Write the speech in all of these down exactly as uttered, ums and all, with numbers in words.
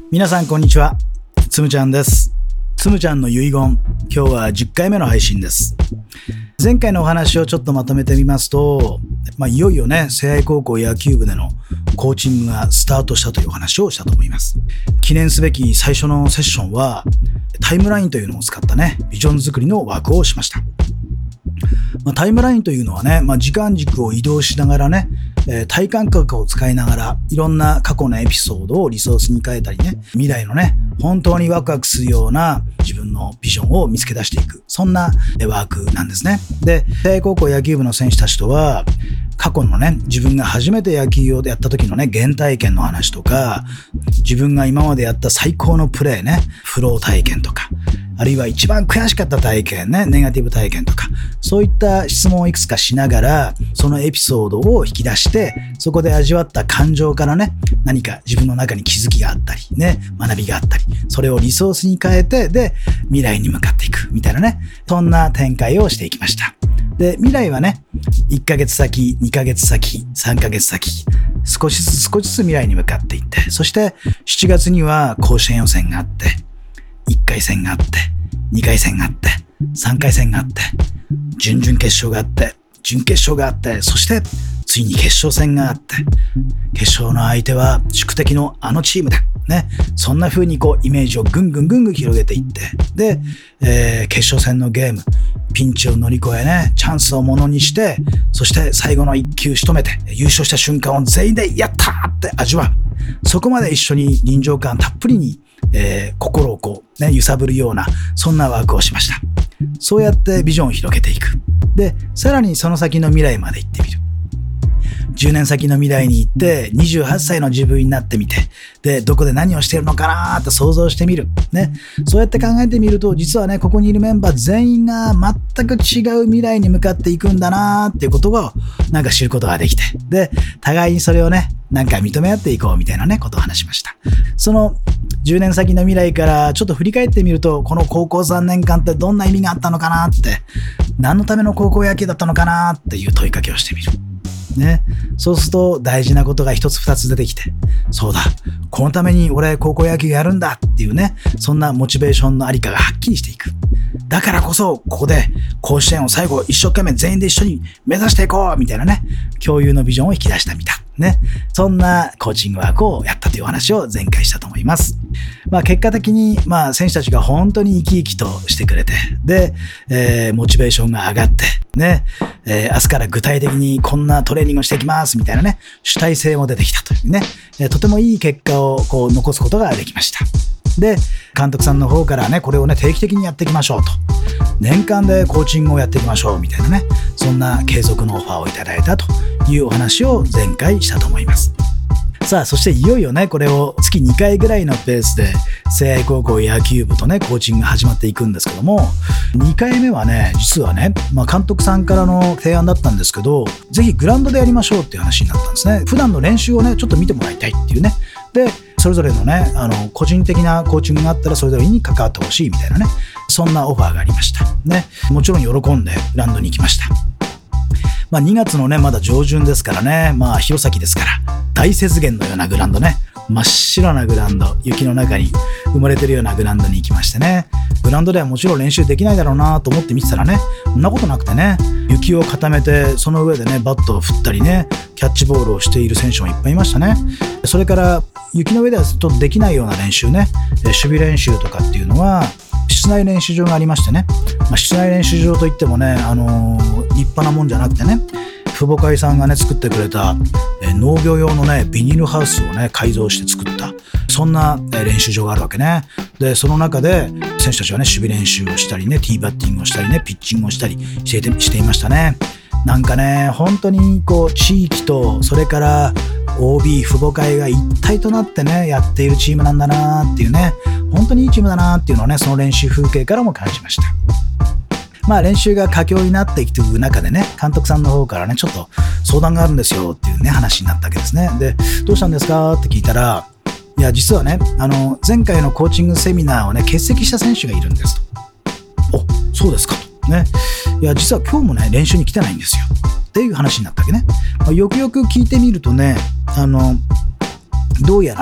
皆さんこんにちは、つむちゃんです。つむちゃんの遺言、今日はじゅっかいめの配信です。前回のお話をちょっとまとめてみますと、まあ、いよいよね、聖愛高校野球部でのコーチングがスタートしたというお話をしたと思います。記念すべき最初のセッションはタイムラインというのを使ったね、ビジョン作りのワークをしました。まあ、タイムラインというのはね、まあ、時間軸を移動しながらね、えー、体感覚を使いながらいろんな過去のエピソードをリソースに変えたりね、未来のね、本当にワクワクするような自分のビジョンを見つけ出していく、そんなワークなんですね。で、聖愛高校野球部の選手たちとは過去のね、自分が初めて野球をやった時のね、原体験の話とか、自分が今までやった最高のプレーね、フロー体験とか、あるいは一番悔しかった体験ね、ネガティブ体験とか、そういった質問をいくつかしながら、そのエピソードを引き出して、そこで味わった感情からね、何か自分の中に気づきがあったり、ね、学びがあったり、それをリソースに変えて、で、未来に向かっていく、みたいなね、そんな展開をしていきました。で、未来はね、いっかげつさき、にかげつさき、さんかげつさき、少しずつ少しずつ未来に向かっていって、そしてしちがつには甲子園予選があって、いっかい戦があって、にかい戦があって、さんかい戦があって、準々決勝があって、準決勝があって、そしてついに決勝戦があって、決勝の相手は宿敵のあのチームだ。ね。そんな風にこうイメージをぐんぐんぐんぐん広げていって、で、えー、決勝戦のゲーム、ピンチを乗り越えね、チャンスをものにして、そして最後の一球仕留めて、優勝した瞬間を全員でやったーって味わう。そこまで一緒に臨場感たっぷりに、えー、心をこう、ね、揺さぶるような、そんなワークをしました。そうやってビジョンを広げていく。で、さらにその先の未来まで行ってみる。じゅうねんさきの未来に行って、にじゅうはっさいの自分になってみて、で、どこで何をしているのかなーって想像してみる。ね。そうやって考えてみると、実はね、ここにいるメンバー全員が全く違う未来に向かっていくんだなーっていうことを、なんか知ることができて、で、互いにそれをね、なんか認め合っていこうみたいなね、ことを話しました。その、じゅうねんさきの未来からちょっと振り返ってみると、この高校さんねんかんってどんな意味があったのかなって、何のための高校野球だったのかなっていう問いかけをしてみる。ね。そうすると大事なことが一つ二つ出てきて、そうだ、このために俺高校野球やるんだっていうね、そんなモチベーションのありかがはっきりしていく。だからこそ、ここで甲子園を最後一生懸命全員で一緒に目指していこうみたいなね、共有のビジョンを引き出してみた。ね。そんなコーチングワークをやったというお話を前回したと思います。まあ結果的に、まあ選手たちが本当に生き生きとしてくれて、で、えー、モチベーションが上がって、ね、えー、明日から具体的にこんなトレーニングをしていきますみたいなね、主体性も出てきたというね、えー、とてもいい結果をこう残すことができました。で、監督さんの方からね、これをね、定期的にやっていきましょうと。年間でコーチングをやっていきましょうみたいなね、そんな継続のオファーをいただいたというお話を前回したと思います。さあ、そしていよいよね、これを月にかいぐらいのペースで聖愛高校野球部とね、コーチングが始まっていくんですけども、にかいめはね、実はね、まあ監督さんからの提案だったんですけど、ぜひグラウンドでやりましょうっていう話になったんですね。普段の練習をね、ちょっと見てもらいたいっていうね。で、それぞれのね、あの、個人的なコーチングがあったらそれぞれに関わってほしいみたいなね、そんなオファーがありました。ね。もちろん喜んでグラウンドに行きました。まあにがつのね、まだ上旬ですからね、まあ弘前ですから、大雪原のようなグラウンドね、真っ白なグラウンド、雪の中に埋もれてるようなグラウンドに行きましてね、グラウンドではもちろん練習できないだろうなと思って見てたらね、そんなことなくてね、雪を固めて、その上でね、バットを振ったりね、キャッチボールをしている選手もいっぱいいましたね。それから雪の上ではちょっとできないような練習ね、守備練習とかっていうのは、室内練習場がありましてね、まあ、室内練習場といってもね、あのー、立派なもんじゃなくてね、父母会さんがね作ってくれた、えー、農業用のねビニールハウスをね改造して作ったそんな、えー、練習場があるわけね。でその中で選手たちはね守備練習をしたりねティーバッティングをしたりねピッチングをしたりしていてしていましたね。なんかね本当にこう地域とそれから オービー 父母会が一体となってねやっているチームなんだなっていうね、本当にいいチームだなっていうのをねその練習風景からも感じました。まあ練習が佳境になっていく中でね、監督さんの方からね、ちょっと相談があるんですよっていうね、話になったわけですね。で、どうしたんですかって聞いたら、いや、実はね、あの、前回のコーチングセミナーをね、欠席した選手がいるんですと。お、そうですかと。ね。いや、実は今日もね、練習に来てないんですよ。っていう話になったわけね。まあ、よくよく聞いてみるとね、あの、どうやらね、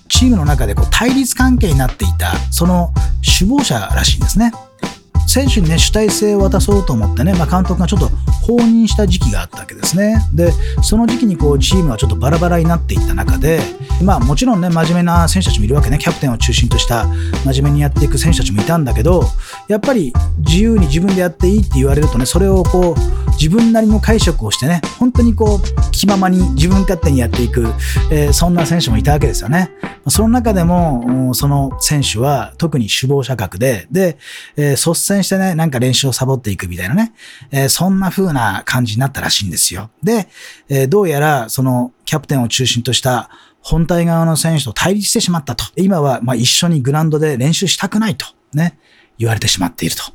チームの中でこう対立関係になっていたその首謀者らしいんですね。選手にね主体性を渡そうと思ってね、まあ、監督がちょっと放任した時期があったわけですね。でその時期にこうチームはちょっとバラバラになっていった中で、まあもちろんね真面目な選手たちもいるわけね。キャプテンを中心とした真面目にやっていく選手たちもいたんだけど、やっぱり自由に自分でやっていいって言われるとね、それをこう自分なりの解釈をしてね、本当にこう気ままに自分勝手にやっていく、えー、そんな選手もいたわけですよね。その中でもその選手は特に首謀者格でで、えー、率先してねなんか練習をサボっていくみたいなね、えー、そんな風な感じになったらしいんですよ。で、えー、どうやらそのキャプテンを中心とした本体側の選手と対立してしまったと。今はまあ一緒にグラウンドで練習したくないとね言われてしまっていると。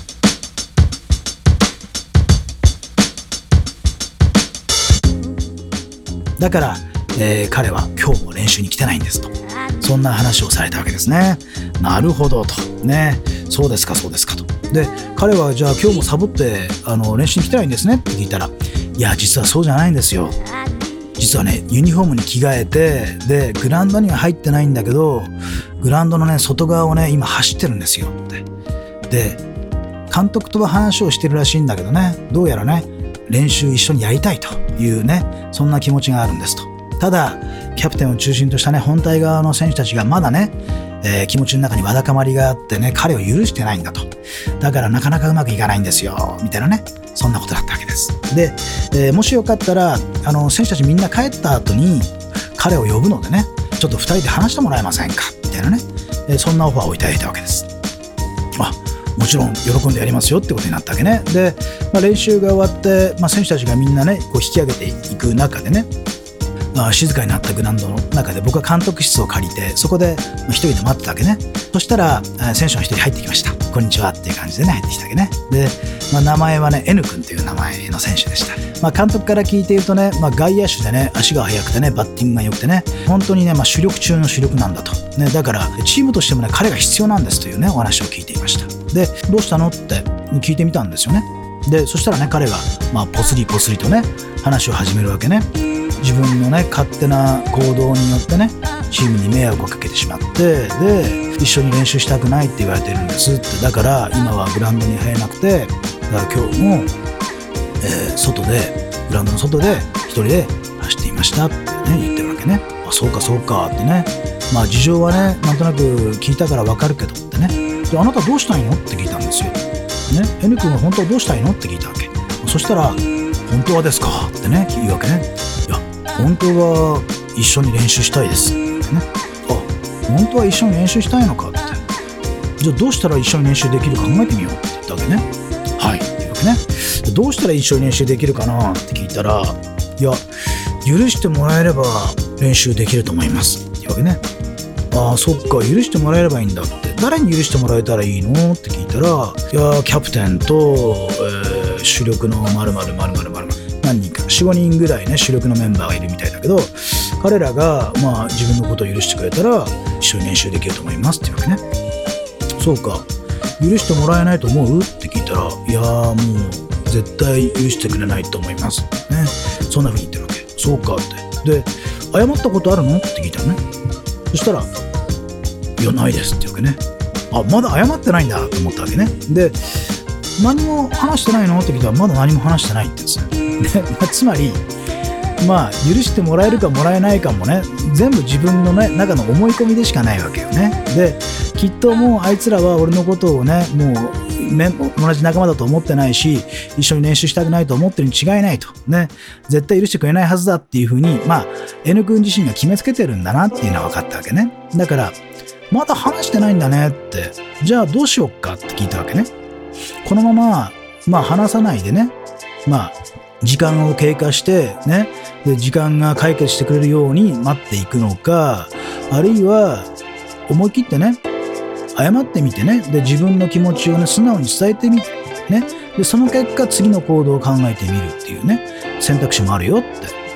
だから、えー、彼は今日も練習に来てないんですと。そんな話をされたわけですね。なるほどとね、そうですかそうですかと。で彼はじゃあ今日もサボってあの練習に来てないんですねって聞いたら、いや実はそうじゃないんですよ。実はねユニフォームに着替えてでグラウンドには入ってないんだけど、グラウンドのね外側をね今走ってるんですよって。で監督とは話をしてるらしいんだけどね、どうやらね練習一緒にやりたいというねそんな気持ちがあるんですと。ただキャプテンを中心としたね本体側の選手たちがまだね、えー、気持ちの中にわだかまりがあってね彼を許してないんだと。だからなかなかうまくいかないんですよみたいなね、そんなことだったわけです。で、えー、もしよかったらあの選手たちみんな帰った後に彼を呼ぶのでねちょっとふたりで話してもらえませんかみたいなね、えー、そんなオファーをいただいたわけです。あもちろん喜んでやりますよってことになったわけね。で、まあ、練習が終わって、まあ、選手たちがみんなねこう引き上げていく中でね、まあ、静かになったグラウンドの中で僕は監督室を借りてそこで一人で待ってたわけね。そしたら選手が一人入ってきました。こんにちはっていう感じでね入ってきたわけね。で、まあ、名前はね N 君という名前の選手でした。まあ、監督から聞いているとね、まあ、外野手でね足が速くてねバッティングが良くてね本当にね、まあ、主力中の主力なんだと、ね、だからチームとしてもね彼が必要なんですというねお話を聞いていました。でどうしたのって聞いてみたんですよね。でそしたらね彼がまあポスリポスリとね話を始めるわけね。自分のね勝手な行動によってねチームに迷惑をかけてしまってで一緒に練習したくないって言われてるんですって。だから今はグラウンドに入れなくてだから今日も、えー、外でグラウンドの外で一人で走っていましたってね言ってるわけね。あそうかそうかってね、まあ事情はねなんとなく聞いたから分かるけどってね。であなたどうしたいのって聞いたんですよ。ね N 君は本当はどうしたいのって聞いたわけ。そしたら本当はですかってね言うわけね。いや本当は一緒に練習したいですってね。あ本当は一緒に練習したいのかって。じゃあどうしたら一緒に練習できるか考えてみようって言ったわけね。はいっていうわけね。どうしたら一緒に練習できるかなって聞いたら、いや許してもらえれば練習できると思いますっていうわけね。ああそっか許してもらえればいいんだって。誰に許してもらえたらいいのって聞いたら、いやキャプテンと、えー、主力の〇〇〇〇〇何人か よん,ご 人ぐらいね主力のメンバーがいるみたいだけど、彼らがまあ自分のことを許してくれたら一緒に練習できると思いますっていうわけね。そうか許してもらえないと思うって聞いたら、いやもう絶対許してくれないと思いますね。そんな風に言ってるわけ。そうかってで謝ったことあるのって聞いたのね。そしたらいやないですっていうわけね。あまだ謝ってないんだと思ったわけね。で何も話してないのって聞いたらまだ何も話してないって言うんですよ。で、まあ、つまりまあ許してもらえるかもらえないかもね全部自分の、ね、中の思い込みでしかないわけよね。できっともうあいつらは俺のことをねもう同じ仲間だと思ってないし一緒に練習したくないと思ってるに違いないとね絶対許してくれないはずだっていうふうにまあ N 君自身が決めつけてるんだなっていうのは分かったわけね。だからまだ話してないんだねってじゃあどうしようかって聞いたわけね。このまままあ話さないでねまあ時間を経過してねで時間が解決してくれるように待っていくのか、あるいは思い切ってね謝ってみてねで自分の気持ちをね素直に伝えてみてねでその結果次の行動を考えてみるっていうね選択肢もあるよって。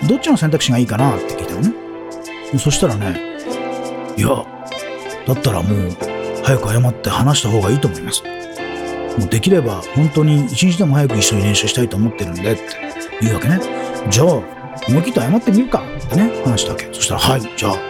どっちの選択肢がいいかなって聞いたのね。そしたらねいやだったらもう早く謝って話した方がいいと思います。もうできれば本当に一日でも早く一緒に練習したいと思ってるんでって言うわけね。じゃあ思い切って謝ってみるかってね話したわけ。そしたらはいじゃあ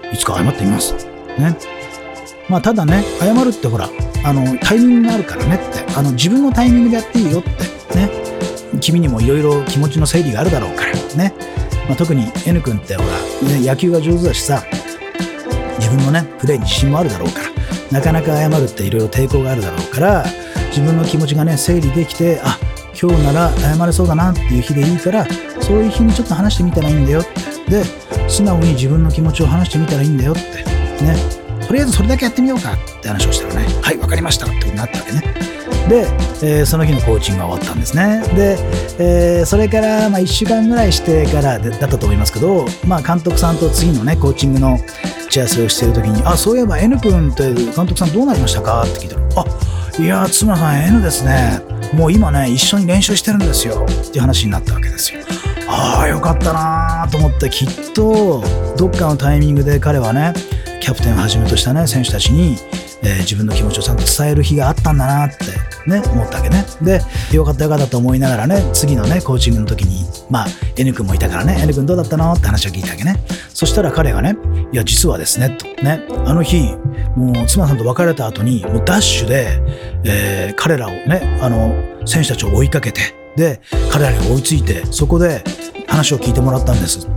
いつか謝ってみます。ね。まあただね、謝るってほら、あの、タイミングがあるからねって、あの、自分のタイミングでやっていいよって、ね。君にもいろいろ気持ちの整理があるだろうから、ね。まあ、特に N 君ってほら、ね、野球が上手だしさ、自分のね、プレーに自信もあるだろうから、なかなか謝るっていろいろ抵抗があるだろうから、自分の気持ちがね、整理できて、あ、今日なら謝れそうだなっていう日でいいから、そういう日にちょっと話してみたらいいんだよって。で、素直に自分の気持ちを話してみたらいいんだよって。ね。とりあえずそれだけやってみようかって話をしたらね、はい、わかりましたってことになったわけね。で、えー、その日のコーチングが終わったんですね。で、えー、それからまあいっしゅうかんぐらいしてからでだったと思いますけど、まあ監督さんと次のね、コーチングの打ち合わせをしている時に、あ、そういえば N 君って監督さんどうなりましたかって聞いたら、あ、いやー、妻さん N ですね。もう今ね、一緒に練習してるんですよっていう話になったわけですよ。ああ、よかったなーと思って、きっとどっかのタイミングで彼はね、キャプテンをはじめとしたね、選手たちに、えー、自分の気持ちをちゃんと伝える日があったんだなってね、思ったわけね。で、よかったよかったと思いながらね、次のね、コーチングの時に、まあ、N 君もいたからね、N 君どうだったのって話を聞いたわけね。そしたら彼がね、いや、実はですね、とね、あの日、もう妻さんと別れた後に、もうダッシュで、えー、彼らをね、あの、選手たちを追いかけて、で、彼らに追いついて、そこで話を聞いてもらったんですって。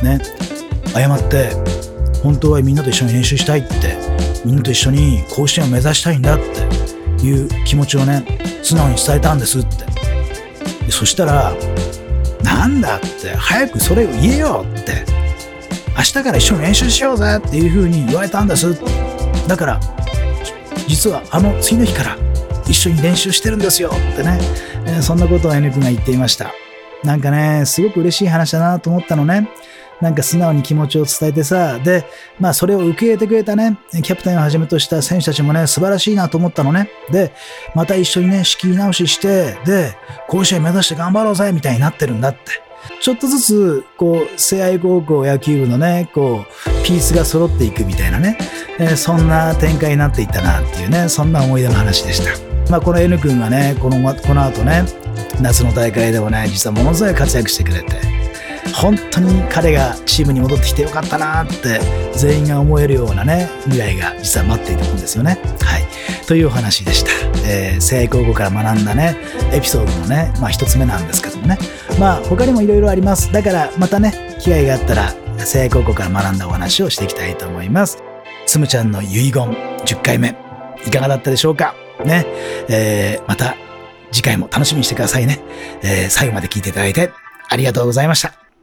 ね。謝って、本当はみんなと一緒に練習したいって、みんなと一緒に甲子園を目指したいんだっていう気持ちをね、素直に伝えたんですって。でそしたら、なんだって、早くそれを言えよって、明日から一緒に練習しようぜっていう風に言われたんです。だから、実はあの次の日から一緒に練習してるんですよってね、えー、そんなことを N 君が言っていました。なんかね、すごく嬉しい話だなと思ったのね。なんか素直に気持ちを伝えてさ、で、まあそれを受け入れてくれたね、キャプテンをはじめとした選手たちもね、素晴らしいなと思ったのね。で、また一緒にね、仕切り直しして、で、甲子園目指して頑張ろうぜみたいになってるんだって。ちょっとずつ、こう、聖愛高校野球部のね、こう、ピースが揃っていくみたいなね、えー、そんな展開になっていったなっていうね、そんな思い出の話でした。まあこの N 君がね、この、この後ね、夏の大会でもね、実はものすごい活躍してくれて、本当に彼がチームに戻ってきてよかったなって全員が思えるようなね未来が実は待っているんですよね。はい、というお話でした。えー、聖愛高校から学んだねエピソードのねまあ一つ目なんですけどもね、まあ他にもいろいろあります。だからまたね機会があったら聖愛高校から学んだお話をしていきたいと思います。つむちゃんの遺言じゅっかいめいかがだったでしょうかね。えー、また次回も楽しみにしてくださいね。えー、最後まで聞いていただいてありがとうございました。